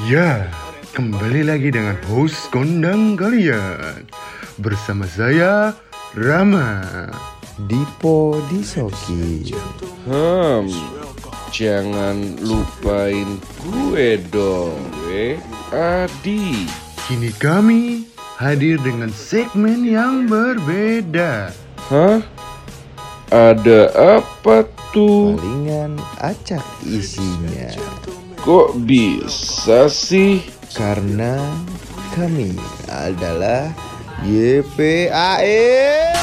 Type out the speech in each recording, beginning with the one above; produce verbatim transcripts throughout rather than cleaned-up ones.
Ya, kembali lagi dengan host kondang kalian. Bersama saya, Rama. Dipo Disoki. Hmm, jangan lupain gue dong, eh, Adi. Kini kami hadir dengan segmen yang berbeda. Hah? Ada apa tuh? Palingan acak isinya. Kok bisa sih? Karena kami adalah Y P A E.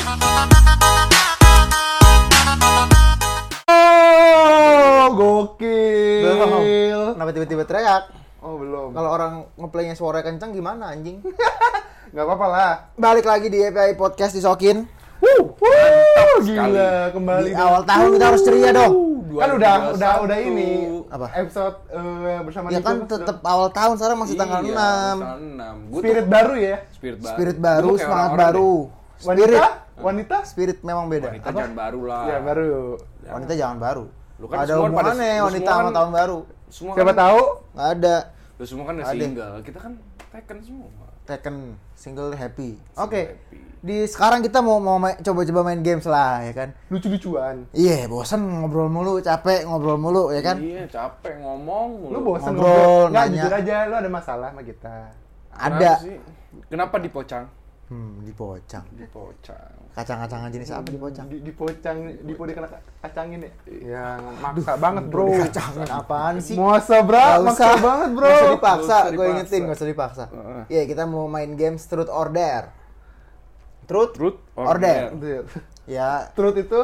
Oh, gokil. Belum. Kenapa tiba-tiba teriak? Oh, belum. Kalau orang ngeplaynya suara kencang gimana anjing? Nggak apa-apa lah. Balik lagi di E P A I Podcast disokin. Wuh, wuh, gila kembali Di awal tahun kita harus ceria dong. Kan udah udah udah ini Apa? episode eh, bersama Ya Niko kan sudah- tetap awal tahun, sekarang masih tanggal Iya, enam. tanggal enam. Gua spirit tuh- baru ya. Spirit baru. Spirit Gua baru, kayak semangat orang-orang baru. deh. Spirit, Wanita? Wanita? spirit memang beda. Wanita jangan baru lah. Ya, baru. Wanita jangan baru. Lu kan Ada semua pada- hubungannya lu wanita semua sama kan- tahun baru. Semua Siapa kan, tahu? Nggak ada. Lu semua kan udah Ada. single. Kita kan Tekken semua. Tekken single happy. Oke. happy. Di sekarang kita mau mau main- coba-coba main games lah ya kan. Lucu-lucuan. Iya, bosan ngobrol mulu, capek ngobrol mulu ya kan. Iya, capek ngomong. Lu bosan Ngobrol, ngobrol? Nggak, nanya. jujur aja, lu ada masalah sama kita. Ada. Kenapa sih? Kenapa dipocang? Hmm, dipocang. Dipocang. Kacang-kacangan jenis apa dipocang? Di, dipocang, dipo dikena kacangin ya? Ya, maksa banget bro. Kacangin apaan sih? Masa bro, Nggak maksa usah. banget bro. Nggak usah dipaksa, Nggak usah gue dipaksa. ingetin, gak usah dipaksa. Heeh. Iya, kita mau main games Truth or Dare. Truth, Truth or or Dare. dare? Ya, Truth itu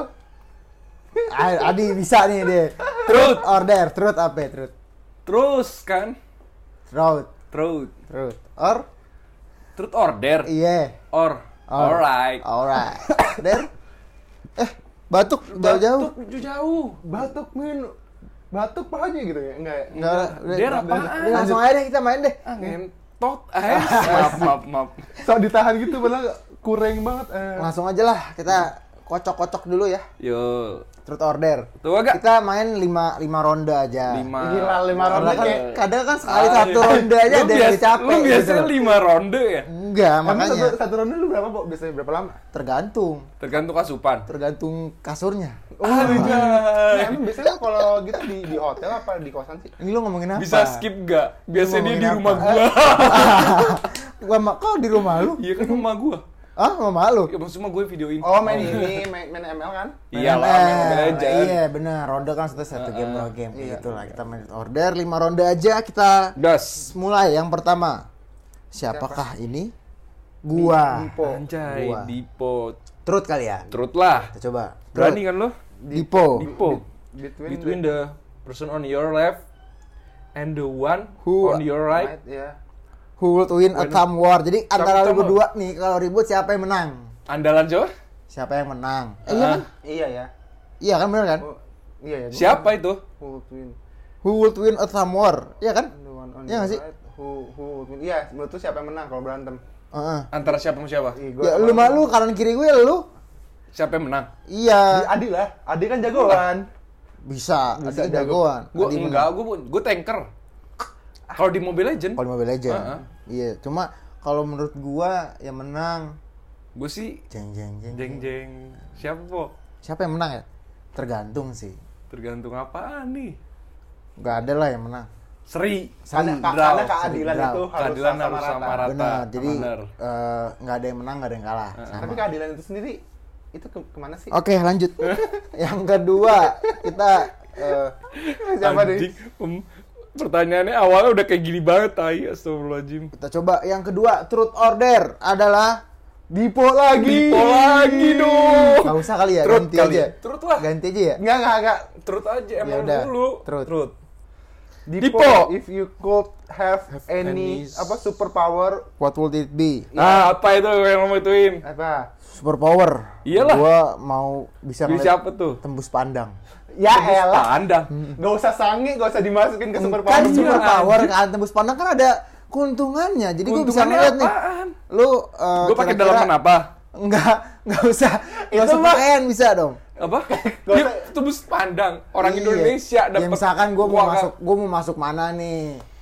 A- Adi bisa nih deh. Truth or Dare, Truth apa ya? Truth. Terus kan? Truth, Truth. Truth. Or? Truth or dare? Iya. Or. Or. Alright. Alright. Dare? Eh, batuk jauh-jauh. Batuk jauh. batuk min batuk apa aja gitu ya? Enggak ya? Enggak, udah, Dare udah, apaan? udah, langsung aja deh kita main deh. Ah, ngentot. Eh, maaf, maaf, maaf. So ditahan gitu padahal kurang banget. Eh. Langsung aja lah, kita kocok-kocok dulu ya. Yo. Truth or Dare. Tuh agak. Kita main lima lima ronde aja. Lima. Gila, lima Karena ronde kan kayak kadang kan sekali Ah, satu iya. ronde aja Lu ada yang biasa- capek. Lu biasanya gitu. lima ronde ya? Enggak, Emang makanya satu, satu ronde lu berapa, Bo? Biasanya berapa lama? tergantung, Tergantung asupan. tergantung kasurnya. Oh, nah, emang biasanya kalau gitu di di hotel apa di kosan sih? Ini lu ngomongin apa? Bisa skip gak? Biasanya dia ngomongin di apa? rumah gua. Gua ma- kau di rumah lu? Iya kan rumah gua. Ah, rumah lu? Ya maksudnya gue videoin. Oh, main ini, main, main M L kan? Iya lah, Eh, main Mobile Legends. Iya, benar. Ronde kan satu satu game per game. Iya. Gitu lah, kita main order lima ronde aja kita Das. mulai. Yang pertama, siapakah ini? Gua. Dipo. Anjay, Gua. Dipo. Truth kali ya. Truth lah. Kita coba. Berani kan lo? Dipo. Dipo. Between, Between the person on your left and the one Who- on your right. ya. Who would win a thumb war? Jadi antara lu thumb war. berdua nih kalau ribut siapa yang menang? Andalan coba? Siapa yang menang? Eh, iya Ah. kan? Iya ya. Iya kan bener kan? Oh, iya ya. Siapa itu? Who win? Who would win a thumb war? Iya kan? The one on Iya nggak your sih? right. Who who win? Iya, menurut lu siapa yang menang kalau berantem? Heeh. Antara siapa sama siapa? Ih, Ya lu malu kanan kiri gue lu. Siapa yang menang? Iya. Adi lah. Adi kan jagoan. Bisa, Bisa ada jago. jagoan. Gue Adi enggak, menang. gue gue tanker. Kalau di Mobile Legend, Kalau Mobile Legend. Heeh. Iya, cuma kalau menurut gua yang menang gue sih jeng jeng jeng. jeng jeng. Siapa po? Siapa yang menang ya? Tergantung sih. Tergantung apaan nih? Gak ada lah yang menang. Seri. Karena, Seri. karena Draw. keadilan Seri itu draw. harus Keadilan sama harus sama rata. rata. Benar. Jadi Benar. eh, nggak ada yang menang, nggak ada yang kalah. Sama. Tapi keadilan itu sendiri itu ke kemana sih? Oke, lanjut. Yang kedua, kita eh, Siapa nih? Anjing, pem- pertanyaannya awalnya udah kayak gini banget, tai. Astagfirullahaladzim. kita coba yang kedua, truth or dare adalah Dipo lagi. Dipo lagi dong. Gak usah kali ya, Truth ganti kali. aja. Truth lah. Ganti aja ya. Enggak, enggak, enggak. Truth aja emang Yaudah, dulu. truth. Truth. Dipo, Dipo. if you could have, any, any apa superpower What would it be? Nah, apa itu yang mau ituin? apa? Super power. Iyalah. Gua mau bisa Di ngeliat siapa tuh? tembus pandang. Ya elah. Pandang. Gak usah sange, gak usah dimasukin ke superpower. Kan Iya, super power anjir. kan tembus pandang kan ada keuntungannya. Jadi gua bisa Keuntungannya ngeliat nih. apaan? Lu uh, Gue pakai kira-kira- dalaman apa? Enggak, enggak usah. Enggak Itu usah mah- pakaian bisa dong. Apa? Gak Dia usah. tembus pandang orang Iya. Indonesia Ya dapat misalkan gua mau uang- masuk, gua mau masuk mana nih?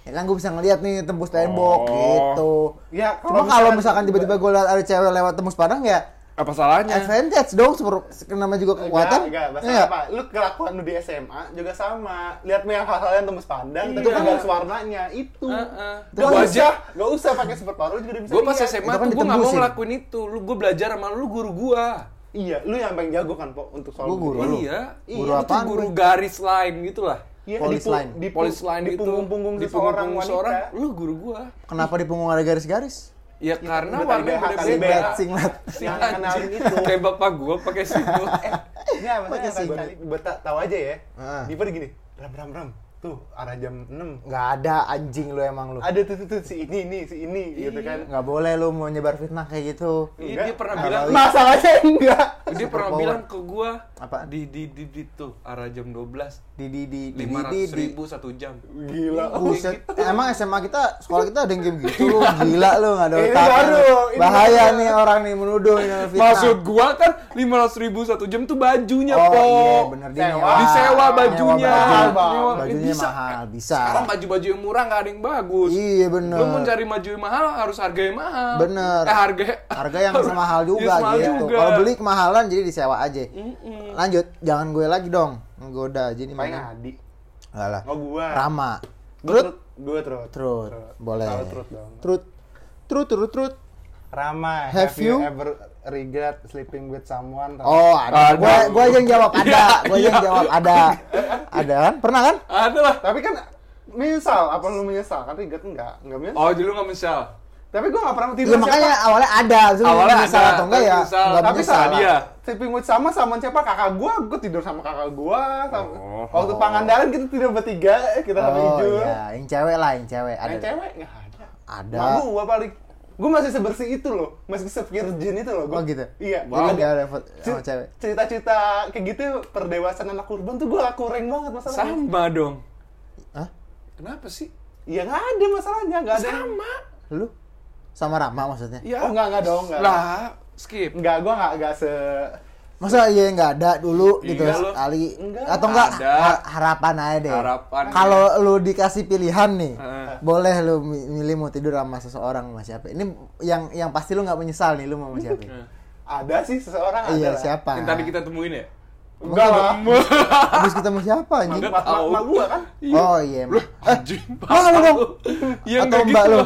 Ya kan gue bisa ngeliat nih tembus tembok Oh. gitu. Ya, Cuma kalau misalkan tiba-tiba gue liat ada cewek lewat tembus padang ya Apa salahnya? advantage dong, seper- namanya juga kekuatan. Enggak, enggak, Iya. apa? Lu kelakuan lu di S M A juga sama. Lihat yang hal-hal yang tembus pandang, Iya. itu kan garis warnanya itu. Heeh. Gak Gua usah, aja- gak usah pakai super power, lu juga udah bisa Gue pas lihat. S M A Itu kan tuh gue gak mau ditembusin. ngelakuin itu. Lu gue belajar sama lu guru gua. Iya, lu yang paling jago kan, Po, untuk soal Gua guru. begini. Lu? Iya. Guru Iya, itu apaan, guru Boy? garis line gitu lah. Iya, Polis di pu- line. di pu- Polis line di gitu. punggung-punggung Di seseorang punggung wanita. seseorang, lu guru gua. Kenapa di punggung ada garis-garis? Ya, karena udah warna tanda hati Singlet, beda-beda. singlet. Yang kenalin itu. Kayak bapak gua pakai singlet. Ini apa Pakai sih? singlet. Buat ta- tahu aja ya. Ah. Diva gini, ram ram ram. Tuh, arah jam enam. Nggak ada anjing lu emang lu. Ada tuh, tuh, tuh si ini nih, si ini gitu kan. Nggak boleh lu mau nyebar fitnah kayak gitu. Iya, dia pernah Nggak bilang, tahu. Masalahnya enggak. dia pernah power. bilang ke gua Apa? di di di, di tuh arah jam dua belas Di di di di lima di ratus di. ribu satu jam. Gila. Buset. Emang S M A kita, sekolah kita ada yang game gitu lu. Gila lu, nggak ada Ini otak. baru, ini Bahaya baru. nih orang nih menuduh ini fitnah. Maksud gua kan lima ratus ribu satu jam tuh bajunya, Oh Po. iya bener dia Sewa. nyewa. Disewa bajunya. Nyewa baju. Bang. Nyewa- Bajunya bisa. mahal, bisa. Sekarang baju-baju yang murah nggak ada yang bagus. Iya bener. Lu mau cari baju yang mahal harus harga yang mahal. Bener. Eh harga Harga yang mahal juga Yes, mahal gitu. juga. Kalau beli kemahalan jadi disewa aja. Mm-mm. Lanjut, jangan gue lagi dong. Nggoda aja nih Paling mana. Adi. Enggak lah. Oh gua. Rama. Gua Trut, Gue terus. trut. Boleh. Tahu trut dong. Trut. Trut, trut, trut. Rama, Have have, you you- ever regret sleeping with someone? Oh, ada. Ada. Gua gua aja yang jawab ada. Iya, Gua aja yang iya. jawab ada. Ada kan? Pernah kan? Ada lah. Tapi kan menyesal, apa lu menyesal? Kan regret enggak? Enggak menyesal. Oh, jadi lu nggak menyesal? Tapi gue nggak pernah tidur Iya sama makanya siapa. awalnya ada, Terus Awalnya menyesal ada, atau enggak tapi ya? menyesal. Enggak Tapi menyesal. sama dia. dia. Sleeping with sama sama siapa? Kakak gue, gue tidur sama kakak gue. Sama... Oh. Waktu Pangandaran kita tidur bertiga, kita sama Oh Ijul. iya, yang cewek lah, yang cewek ada. Yang cewek nggak ada. Ada. Mak gue paling. Gue masih sebersih itu loh, masih se-virgin itu loh. Gua. Oh gitu. Iya. Wow. Jadi Enggak ada foto sama cer- cewek. cerita-cerita kayak gitu perdewasaan anak kurban tuh gue kurang banget masalahnya. Sama dong. Hah? Kenapa sih? Iya nggak ada masalahnya, nggak ada. Sama. Lu sama Rama maksudnya? Ya. Oh nggak nggak dong, nggak. Lah, skip. Nggak, gue nggak nggak se. Masa iya nggak ada dulu gitu Iya, lu. sekali Enggak. atau enggak Ada. ha- harapan aja deh. Harapan. Kalau lu dikasih pilihan nih, Heeh. boleh lu mi- milih mau tidur sama seseorang sama siapa? Ini yang yang pasti lu nggak menyesal nih lu mau sama siapa? Ada sih seseorang ada Iya, lah. siapa? Yang tadi kita temuin ya? Enggak lah. Habis ketemu siapa anjing? Enggak. Mak mak mak gue kan. Oh iya, emang. Eh, Anjing, Wah, lu dong. Ya Atau enggak mbak gitu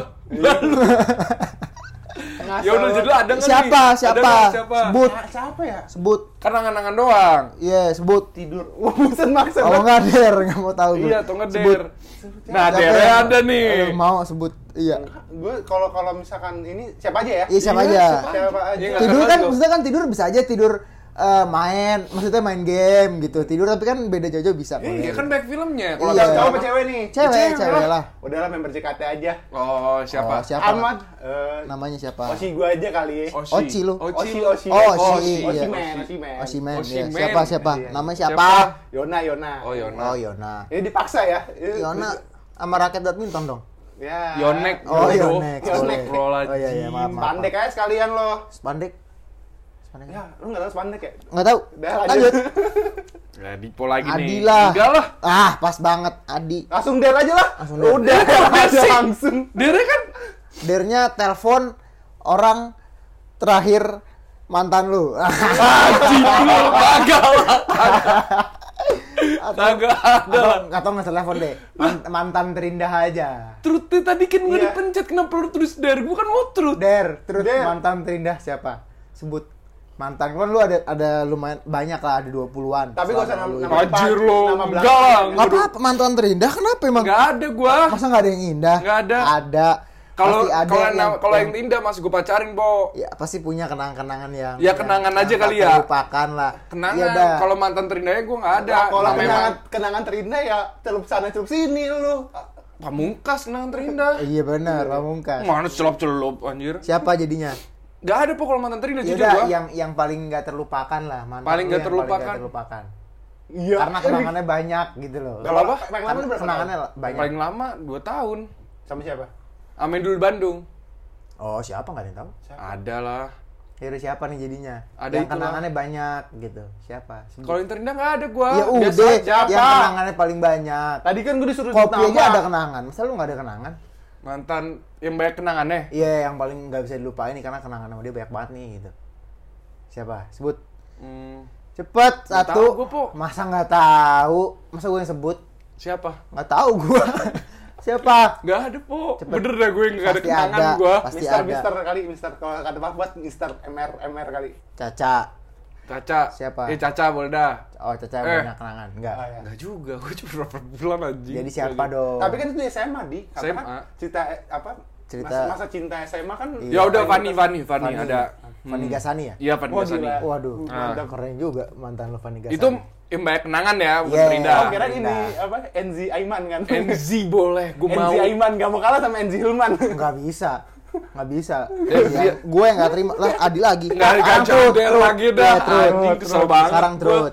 lu? lah. Ya udah jadi lu ada nggak Siapa? nih? Ada Siapa? nggak? Siapa? Sebut, Ah, siapa ya? sebut. Kan angan-angan doang. Iya, sebut. Tidur. Wah, buset maksa. Kalau nggak der, nggak mau tahu gue. Iya, atau nggak Sebut. der. Nah, Siapa dernya yang- ada nih. Eh, mau sebut. Iya. Gue kalau kalau misalkan ini siapa aja ya? Iya, siapa Iya, aja. siapa Siapa aja. Iya, nggak Tidur kenal kan, juga. maksudnya kan tidur bisa aja tidur eh, main, maksudnya main game gitu. Tidur tapi kan beda jauh-jauh bisa. Iya, boleh. kan back filmnya. Kalau Iya. nggak Cowok salah. apa cewek nih? Cewek, Cewek cewek lah. Udahlah member J K T aja. Oh, siapa? Oh, siapa? Ahmad. eh, Namanya siapa? Oshi gue aja kali ya. Oshi. Oci lu. Oshi, lu. Oshi. Oh, Oshi, Oshi, iya. Oshi man, Oshi man. Osimen, ya. Osimen. Siapa siapa? Iya. Namanya Siapa? siapa? Yona, Yona. Oh, Yona. Oh, Yona. Ini dipaksa ya. Ini- Yona sama raket badminton dong. Ya. Yonek. Oh, Bodoh. Yonek. Yonek. boleh. Oh iya iya, maaf maaf. Pandek aja sekalian lo. Spandek. Spandek. Ya, lu nggak tahu spandek ya? Enggak tahu. Udah, Lanjut. lanjut. Ya, Dipo lagi nih. Adi lah. Enggak lah. Ah, pas banget Adi. Langsung der aja lah. Langsung der. Udah, aja sih? langsung. Dere kan Dernya telepon orang terakhir mantan lu. anjing lu kagak lah. Kagak ada lah. Atau atau nggak usah telepon deh. Man- mantan terindah aja. Truth tadi kan nggak Iya. dipencet, kenapa lu tulis der? Gua kan mau truth. Der, terus Der. mantan terindah siapa? Sebut. Mantan kan lu ada ada lumayan banyak lah, ada dua puluhan. Tapi gak usah nama, nama Anjir depan, lo, nama enggak belakang. lah. Enggak apa-apa, mantan terindah kenapa emang? Enggak ada gua. Masa nggak ada yang indah? Nggak ada. Ada. Kalau Pasti ada kalau yang kalau yang indah masih gua pacarin, Bo. ya pasti punya kenangan-kenangan yang Ya, kenangan yang aja tak kali ya. terlupakan lah. Kenangan. Iya dah. Kalau mantan terindahnya gua nggak ada. Nah, kalau Namanya kenangan, kenangan terindah ya celup sana celup sini lu. Pamungkas kenangan terindah. Iya benar, Pamungkas. Mana celup-celup anjir. Siapa jadinya? Gak ada po kalau mantan terindah Ya jujur udah gua. yang yang paling nggak terlupakan lah, mantan Paling lu nggak yang terlupakan. Paling nggak terlupakan. Iya. Karena kenangannya banyak gitu loh. Kalau apa? Paling lama lu berapa Kenangannya tahun? banyak. Paling lama dua tahun. Sama siapa? Amin dulu Bandung. Oh, siapa nggak ada yang tahu? Ada lah. Hero siapa nih jadinya? Ada yang itulah. kenangannya banyak gitu. Siapa? Sebut. Kalau yang terindah nggak ada gua. Ya Biasa udah, aja. siapa? yang kenangannya paling banyak. Tadi kan gue disuruh Kopi nama. aja ada kenangan. Masa lu nggak ada kenangan? Mantan yang banyak kenangannya. Iya, yang paling nggak bisa dilupain nih karena kenangan sama dia banyak banget nih gitu. Siapa? Sebut. Hmm, Cepet Nggak satu. tahu gua, Po. Masa nggak tahu? Masa gue yang sebut? siapa? Nggak tahu gue. Siapa? Nggak ada, Po. Cepet. Bener dah gue nggak ada Pasti kenangan ada. gua. Pasti Mister ada. Mister kali, Mister kalau kata Pak buat Mister M R M R kali. Caca. Caca. Siapa? Eh, Caca boleh dah. Oh, Caca yang Eh. banyak kenangan. Enggak. Ah, ya. Nggak juga, gue cuma berapa bulan anjing. Jadi siapa dong? Tapi kan itu S M A di. Karena S M A. kan cerita eh, apa? Cerita- masa, masa cinta S M A kan. Iya. Ya udah paling Fanny, berkesan. Fanny, Fanny Fanny. ada. Fanny Hmm. Gasani ya? Iya, Fanny Wah, Gasani. gila. Waduh, Ah. keren juga mantan lu Fanny Gasani. Itu yang banyak kenangan ya, bukan Yeah. terindah. Oh, kira ini Nah. apa? N Z Aiman kan. N Z boleh, gue N mau. Z Aiman gak mau kalah sama N Z Hilman. nggak bisa. Nggak bisa. Ya, Ya, dia- gue yang nggak terima. Lah, Adi lagi. Nggak Sekarang ganjel Trud, del Trud. lagi dah. Ya, Trud. Anjing, kesel Trud. banget Sekarang gua. Trud.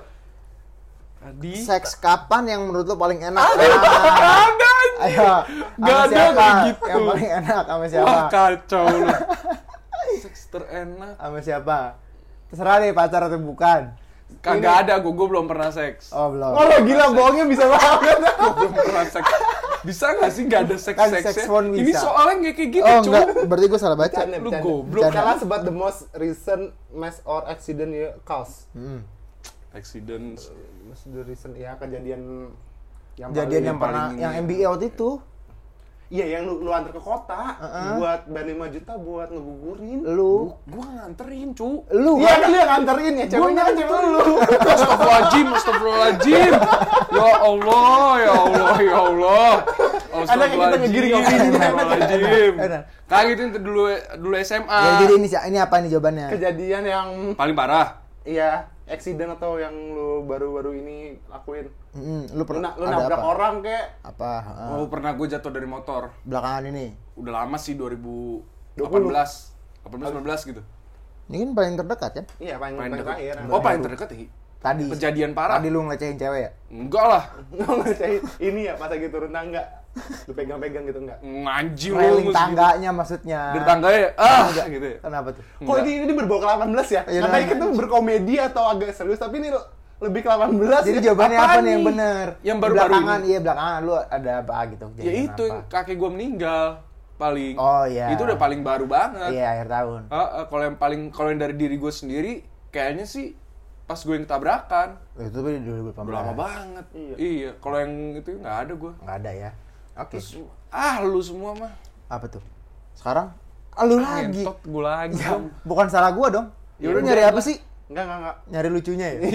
Tadi. Seks kapan yang menurut lo paling enak? Ada anjing. Ayo. Nggak Sama ada siapa? kayak gitu. Yang paling enak sama siapa? Wah, kacau lu. Seks terenak. Sama siapa? Terserah deh pacar atau bukan. Kagak ada, gue gue belum pernah seks. Oh, belum. Oh, lo gila bohongnya bisa banget. Gue belum pernah seks. Bisa nggak sih nggak ada seks Kan seksnya? seks phone Ini bisa. soalnya nggak kayak gitu, Oh, cuy. enggak. Berarti gue salah baca. Bercanda, Lu bercanda. goblok. Tell us about the most recent mass or accident you caused. Hmm. Accident. Most the recent ya kejadian yang Kejadian yang paling pernah ini. yang M B A waktu itu. Iya, yang lu, lu antar ke kota Uh-uh. buat bayar lima juta buat ngegugurin. Lu Gue nganterin, cu. lu Iya kan kan lu yang nganterin ya, ceweknya kan cewek lu. Astagfirullahaladzim, astagfirullahaladzim. Ya Allah, ya Allah, ya Allah. Ada kayak kita ngegiring-ngegiring. Astagfirullahaladzim. Enak. Kayak gitu itu dulu dulu S M A. Ya, jadi ini ini apa nih jawabannya? Kejadian yang Paling parah. iya, accident atau yang lu baru-baru ini lakuin. Mm, lu Lu, pernah na- lu ada nabrak apa? orang kek. Apa? Heeh. Oh, pernah gue jatuh dari motor. Belakangan ini. Udah lama sih dua ribu delapan belas. delapan belas sembilan belas gitu. Ini kan paling terdekat kan? Iya, paling Paling paling dekat. terakhir. Oh, paling terdekat ya? Tadi. Kejadian parah. Tadi lu ngelecehin cewek ya? Enggak lah. Ngecek ini ya pas lagi turun tangga. Lu pegang-pegang gitu enggak? Anjing lu. Railing mesti tangganya maksudnya. gitu. Di tangga ya? Ah, gitu ya. Kenapa tuh? Kok Enggak. ini ini berbau ke delapan belas ya? Iya, Nah, tadi nah. kita berkomedi atau agak serius, tapi ini lebih ke delapan belas. Jadi ya? jawabannya apa Apaan nih yang nih? bener? Yang baru-baru belakangan, ini. iya belakangan lu ada apa gitu? Ya kejadian itu yang apa? kakek gue meninggal paling. Oh, iya. Itu udah paling baru banget. Iya, akhir tahun. Heeh, kalau yang paling kalau yang dari diri gue sendiri kayaknya sih pas gue yang tabrakan. Itu tuh di dua ribu delapan Udah belas. lama banget. Iya. Iya, kalau yang itu nggak ada gue. Enggak ada ya. Oke. Terus ah lu semua mah. Apa tuh? Sekarang ah, lu Ah, lagi. ngentot gue lagi. Ya, dong. bukan salah gua dong. Ya Lu udah, nyari udah. apa sih? Enggak, enggak, enggak. Nyari lucunya ya?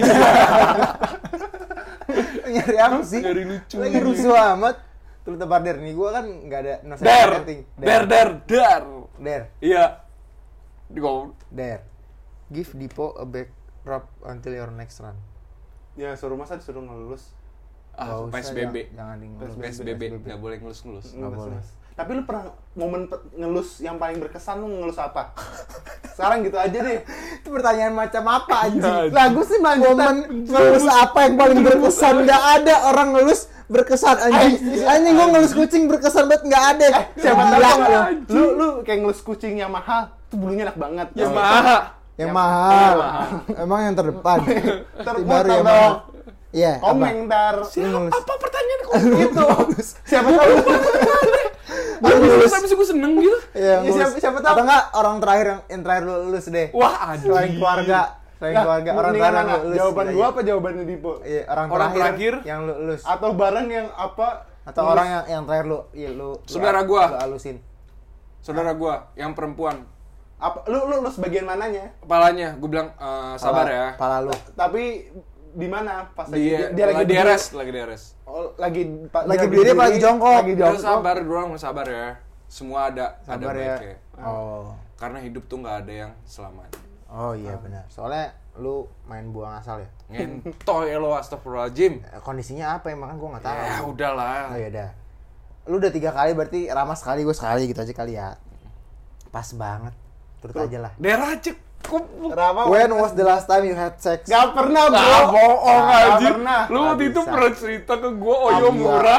Nyari apa sih? Nyari lucu. Lagi rusuh amat. Terus tebar der nih, gua kan nggak ada no Der, setting. der, der, der. Der, Iya. Di kau. der. Give Dipo a back rub until your next run. Ya suruh masa disuruh ngelulus. Ah, Nggak P S usah, B B. Jangan, jangan di ngelus. P S B B nggak boleh ngelus-ngelus. Nggak Ngelus, boleh. ngelus. Tapi lu pernah momen pe- ngelus yang paling berkesan lu ngelus apa? Sekarang gitu aja deh. Itu pertanyaan macam apa anjing? Iya, Lah gue sih Momen lanjutan. ngelus apa yang paling berkesan? Nggak ada orang ngelus berkesan anjing. Anjing gua ngelus kucing berkesan banget nggak ada. Siapa tahu Gila, nggak? lu. lu lu kayak ngelus kucing yang mahal, tuh bulunya enak banget. Ya mah. Yang Yang- mahal. yang Emang yang terdepan. Ntar Baru foto yang dong. mahal. Iya, apa? Komeng ntar. Ngelus. Apa pertanyaan kok Gitu. Siapa tahu Lu ngelus habis gue seneng gitu. Iya, Ya, siapa- ngelus. siapa tahu. Atau enggak orang terakhir yang, yang terakhir lu lulus deh. Wah, anjing. Selain keluarga, selain Nah, keluarga orang mendingan terakhir mana? yang lu lulus. Jawaban Iya, gua apa jawabannya Dipo? Iya, orang, Orang terakhir, terakhir? yang lu lulus. Atau barang yang apa? Atau ngelus? orang yang yang terakhir lu, iya lu. lu- Saudara gua. Lu alusin. Saudara gua yang perempuan. apa? Lu lu lulus bagian mananya? Kepalanya, gue bilang eh, sabar Pala- ya. Pala lu. Tapi di mana pas Di, lagi dia, lagi di berdiri? R S, lagi di R S. Oh, lagi pa- Lagi dia berdiri apa lagi jongkok? Lagi Udah jongkok. sabar, doang sabar ya. Semua ada Sabar ada ya. baiknya. Oh. Karena hidup tuh nggak ada yang selamanya. Oh iya benar. Soalnya lu main buang asal ya. Ngentoy lo, astagfirullahaladzim. Eh, Kondisinya apa emang kan gua enggak tahu. Ya udahlah. Oh ya udah. Lu udah tiga kali berarti Rama sekali, gue sekali gitu aja kali ya. Pas banget. Turut aja lah. Daerah cek. Kok Rama When was the last time you had sex? Gak pernah, bro. ah, bohong Nggak anjing. pernah. Lu waktu Nggak itu bisa. pernah cerita ke gua Oyo Iya. murah.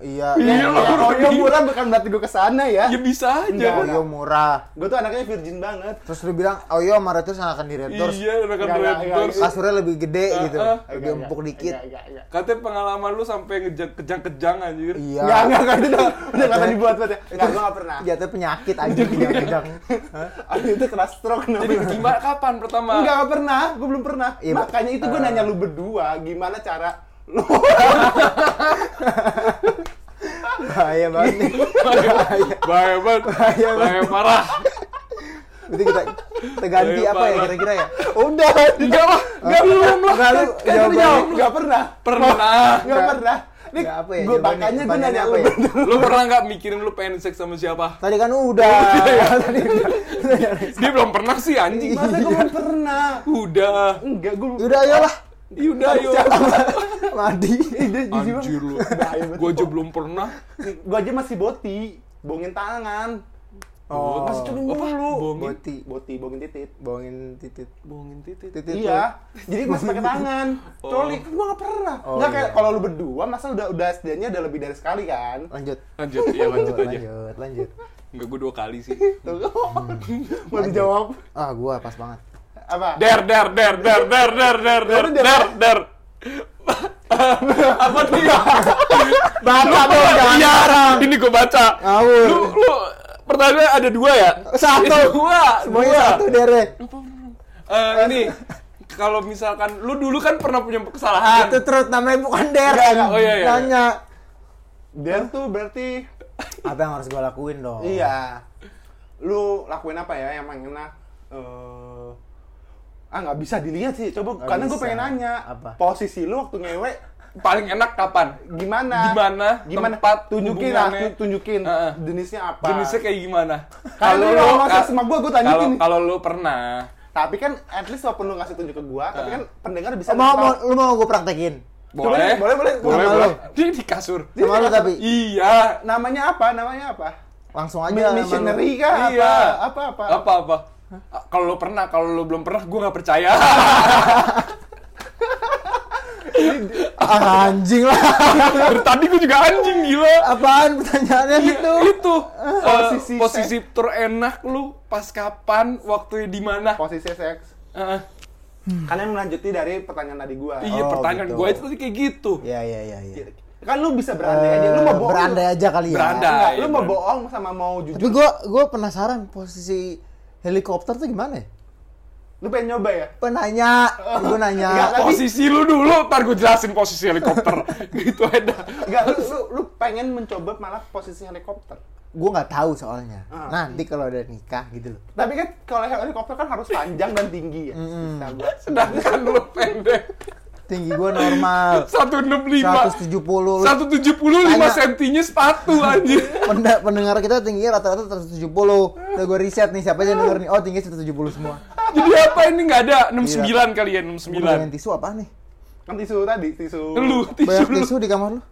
Iya. Iya, Ya, lo ya, Oyo murah bukan berarti gue kesana ya. Ya bisa aja. Enggak. Oyo murah. Gue tuh anaknya virgin banget. Terus lu bilang Oyo sama Red Doors akan di Red Doors. Iya, udah kan Enggak, enggak, Red enggak, Doors. Kasurnya lebih gede Ah, gitu. ah. Lebih empuk dikit. Enggak, enggak, enggak. Katanya pengalaman lu sampai ngejang kejang-kejang anjir. Iya. Enggak, enggak, enggak, itu udah, udah kata dibuat-buat ya. Enggak, gue enggak pernah. Jatuh penyakit aja kejang-kejang. Abis itu kena stroke kenapa? Jadi gimana kapan pertama? Enggak, enggak pernah. Gue belum pernah. Iya, Makanya itu gue nanya lu berdua, gimana cara lu Bahaya banget nih. Bahaya banget. Bahaya parah. Berarti kita, kita ganti Bahaya apa ya parah. kira-kira ya? udah Enggak lah, enggak belum lah. Enggak, lu kan jawabannya- lu jawab enggak pernah. Pernah. Enggak pernah. Nih, Enggak apa ya, gue jawabannya- makanya gue jawabannya nanya apa lu ya? berdua. Lu pernah nggak mikirin lu pengen seks sama siapa? Tadi kan udah. Tadi udah. Dia belum pernah sih anjing. Masa gue belum pernah? Udah. Enggak, gue Udah ayolah. Yaudah, yuk. Mandi. Anjir lu. Gua aja belum pernah. Gue aja masih boti, bongin tangan. Oh. Masih cuma Apa? mulu. Bongin? Boti. Boti, bongin titit. Bohongin titit. Bohongin titit. Titit. Iya, jadi masih pakai tangan. Oh. Coli, kan gue gak pernah. Oh, Enggak kayak iya. kalau lu berdua, masa udah udah setidaknya udah lebih dari sekali kan? Lanjut. Lanjut, iya lanjut aja. Lanjut, lanjut. Enggak, gua dua kali sih. Tuh, mau dijawab Ah, gua pas banget. apa? Der, der, der, der, der, der, der, der, der, der. Apa tuh ya? Baca dong, jangan Iya, ngarang. ini gua baca. Ngawur. Lu, lu, pertanyaan ada dua ya? Satu. Eh, Dua. Semuanya dua. satu dere. Eh, ini, kalau misalkan lu dulu kan pernah punya kesalahan. Itu terus namanya bukan der. Enggak, enggak. Oh, iya, iya. Nanya. Dia tuh berarti Apa yang harus gua lakuin dong? iya. Lu lakuin apa ya yang paling enak? Eh ah nggak bisa dilihat sih. Coba Nggak karena gue bisa. pengen nanya. Apa? Posisi lu waktu ngewe Paling enak kapan? gimana? Gimana? Gimana? Tempat tunjukin lah, hubungannya? tu- tunjukin Heeh. jenisnya apa. Jenisnya kayak gimana? Kalau lu ngomong sama gua, gua tunjukin Kalau nih. kalau lu pernah, Tapi kan at least walaupun lu ngasih tunjuk ke gua, tapi kan pendengar bisa mau, mau, tahu. lu mau gua praktekin? Coba boleh, deh, boleh, boleh. boleh, Sama boleh. lu. Di, di kasur. Sama lu tapi Iya. Namanya apa? Namanya apa? langsung aja sama lu. Missionary kah? Iya. Apa? Apa? Apa? Apa apa? Kalau lu pernah, kalau lu belum pernah, gua nggak percaya. Ah, anjing lah. Dari tadi gua juga anjing gila. Apaan pertanyaannya gitu? Itu Posisi posisi posisi terenak lu pas kapan, waktunya di mana? Posisi seks. Heeh. Kalian melanjuti dari pertanyaan tadi gua. Iya, Oh, pertanyaan gitu. gua itu tadi kayak gitu. Iya, iya, iya, iya. Kan lu bisa berandai aja. Lu mau Eh, bohong. berandai aja kali ya. Berandai. Enggak, lu Iya, mau berandai. bohong sama mau jujur. Tapi gua gua penasaran posisi helikopter tuh gimana ya? Lu pengen nyoba ya? Penanya, gua Enggak, nanya. tapi- Posisi lu dulu, ntar gue jelasin posisi helikopter. Gitu aja. Enggak, lu, lu, lu pengen mencoba malah posisi helikopter. Gua nggak tahu soalnya. Ah. Nanti kalau ada nikah gitu loh. Tapi kan kalau helikopter kan harus panjang dan tinggi ya. Setahu gua. Sedangkan lu pendek. Tinggi gua normal. seratus enam puluh lima. seratus tujuh puluh. seratus tujuh puluh lima Tanya. sentinya sepatu anjir. Penda- pendengar kita tingginya rata-rata seratus tujuh puluh. Udah gue riset nih siapa aja yang denger nih. Oh, tinggi seratus tujuh puluh semua. Jadi apa ini nggak ada? enam puluh sembilan kali ya, enam puluh Gue sembilan. dengan tisu apa nih? Kan tisu tadi, tisu. Lu, Banyak tisu lu. tisu di kamar lu?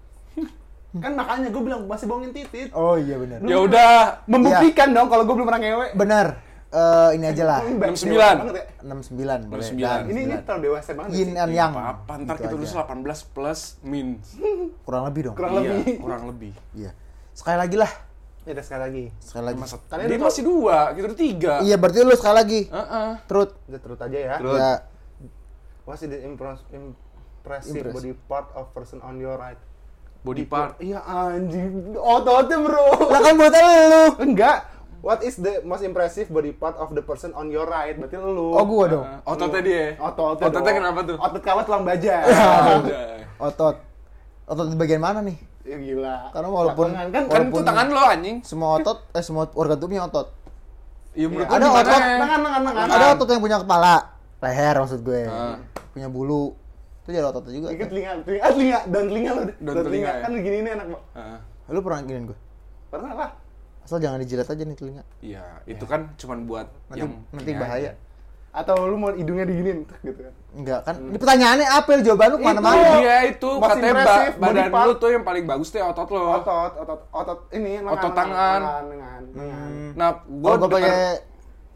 Kan makanya gue bilang masih bohongin titit. Oh iya benar. Ya udah, Membuktikan dong kalau gue belum pernah ngewe. Benar. Eh ini aja lah. Ini enam puluh sembilan. dewasa banget ya. enam puluh sembilan boleh. enam puluh sembilan. Dan Ini ini terlalu dewasa banget. yin sih. and yang. apa ntar Gitu kita aja. tulis delapan belas plus min. Kurang lebih dong. Kurang Iya, lebih. kurang lebih. Iya. Sekali lagi lah. Ya udah sekali lagi. Sekali lagi. Masa, Kalian dia udah masih dua, kita udah tiga. Iya, berarti lu sekali lagi. Heeh. Terus Udah terus aja ya. Terus. ya What's the impros- impressive Impress. body part of person on your right? Body part. Iya anjing. Ototnya bro. lah kan buat lu. Enggak. What is the most impressive body part of the person on your right? Berarti lu. Oh, gua dong. Heeh. Ototnya dia. Ototnya. Ototnya dong. kenapa tuh? Otot kawat tulang baja. Udah. Otot. Otot di bagian mana nih? Ya gila. Karena walaupun- Tangan kan Kan Walaupun- itu tangan lo anjing. Semua otot eh semua organ tubuhnya otot. Iya, menurut Ada lu gimana? otot, tangan tangan tangan. Ada otot yang punya kepala, leher maksud gue. Ah. Punya bulu. Itu jadi ototnya juga. Ikat telinga, telinga, ah, telinga, dan telinga lu deh. Daun Dan telinga, ya? Kan gini ini enak, Pak. Heeh. Lu pernah giniin gue? Pernah lah. Asal jangan dijilat aja nih telinga. Iya, itu kan cuman buat Nanti yang nanti ini bahaya. aja. Atau lu mau hidungnya diginin gitu kan. Enggak kan? Ini pertanyaannya apa? Jawaban lu kemana Oh, mana? dia itu Most katanya ba- impressive body badan part. lu tuh yang paling bagus tuh otot lo. Otot, otot, otot ini lengan, Otot lengan, tangan. lengan, lengan, lengan. Nah, Gua gua gua pakai denger-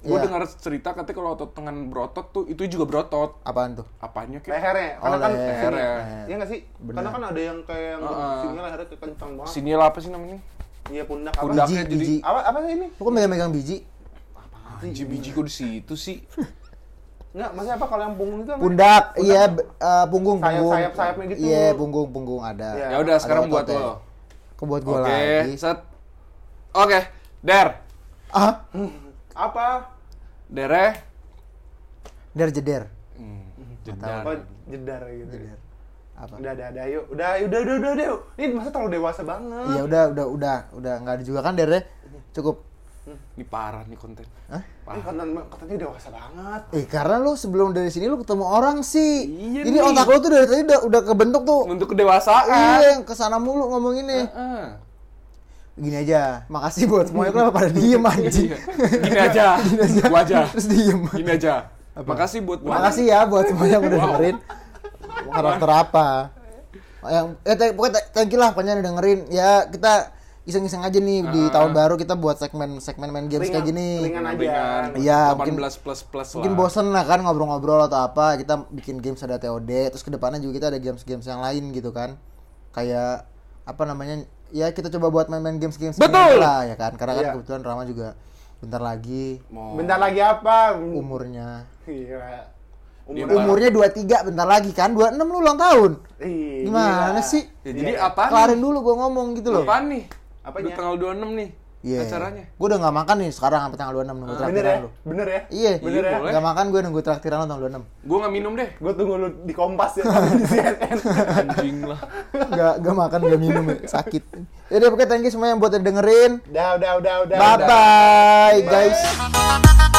Gue Iya. dengar cerita katanya kalau otot tangan berotot tuh itu juga berotot. Apaan tuh? Apanya kayak? Lehernya, karena Oh, kan leher. lehernya. Leher. Iya nggak sih? Karena kan ada yang kayak yang Heeh. sini lehernya kayak kencang banget. Sini lah apa sih namanya? Iya pundak apa? Pundaknya Biji, jadi biji. Apa apa sih ini? Lu kan megang-megang biji. anjing biji kok di situ sih. Enggak, maksudnya apa kalau yang punggung itu? apa? Pundak, iya b- eh, punggung, Sayap- punggung. sayap-sayapnya gitu. Iya, punggung, punggung ada. Iya. Ya udah Ada sekarang buat ototnya. lo. Kok buat gua Oke, lagi? set. Oke, Der. Ah, Apa? Dere. der jeder. Hmm, Oh, jedar. jedar gitu. Apa? Udah, udah, udah, yuk. Udah, udah, udah, udah, udah, yuk. Ini masa terlalu dewasa banget. Iya udah, udah, udah, udah nggak ada juga kan dernya. Cukup. Ini parah nih konten. Hah? Ini konten katanya dewasa banget. Eh karena lu sebelum dari sini lu ketemu orang sih. Iya Jadi nih. otak lu tuh dari tadi udah, udah kebentuk tuh. Untuk kedewasaan. Iya, yang kesana mulu ngomong ini. Heeh. Gini aja, makasih buat semuanya kenapa pada diem anjing. Iya. Gini aja. Gua aja. Terus diem. Gini aja. Makasih buat Makasih ya buat semuanya yang udah dengerin. Karakter apa? Yang eh te- pokoknya te- thank you lah pokoknya udah dengerin. Ya kita iseng-iseng aja nih di tahun baru kita buat segmen-segmen main games kayak gini. Ringan aja. Ringan. Iya, mungkin- delapan belas plus plus lah. Mungkin bosen lah kan ngobrol-ngobrol atau apa. Kita bikin games ada T O D, terus kedepannya juga kita ada games-games yang lain gitu kan. Kayak apa namanya? Ya kita coba buat main-main games-games Betul! lah ya kan. Karena kan Iya. kebetulan Rama juga bentar lagi Mau Bentar lagi apa? umurnya. Iya. Dia Umur Umurnya dua puluh tiga bentar lagi kan. dua puluh enam lu ulang tahun. Iya. Gimana sih? Ya, jadi apa Kelarin nih? dulu gua ngomong gitu loh. Apaan nih? Apanya? Udah tanggal dua puluh enam nih. Iya. Acaranya. Gue udah gak makan nih sekarang sampai tanggal dua puluh enam nunggu Bener ya? traktiran lu. Bener ya? Iya, Bener ya? boleh. Gak makan gue nunggu traktiran lu tanggal dua puluh enam. Gue nggak minum deh. Gue tunggu lu di Kompas ya, di C N N. Anjing lah. Gak, gak makan, gak minum ya. Sakit. Yaudah pokoknya thank you semua yang buat yang dengerin. Udah, udah, udah, udah. Bye bye guys.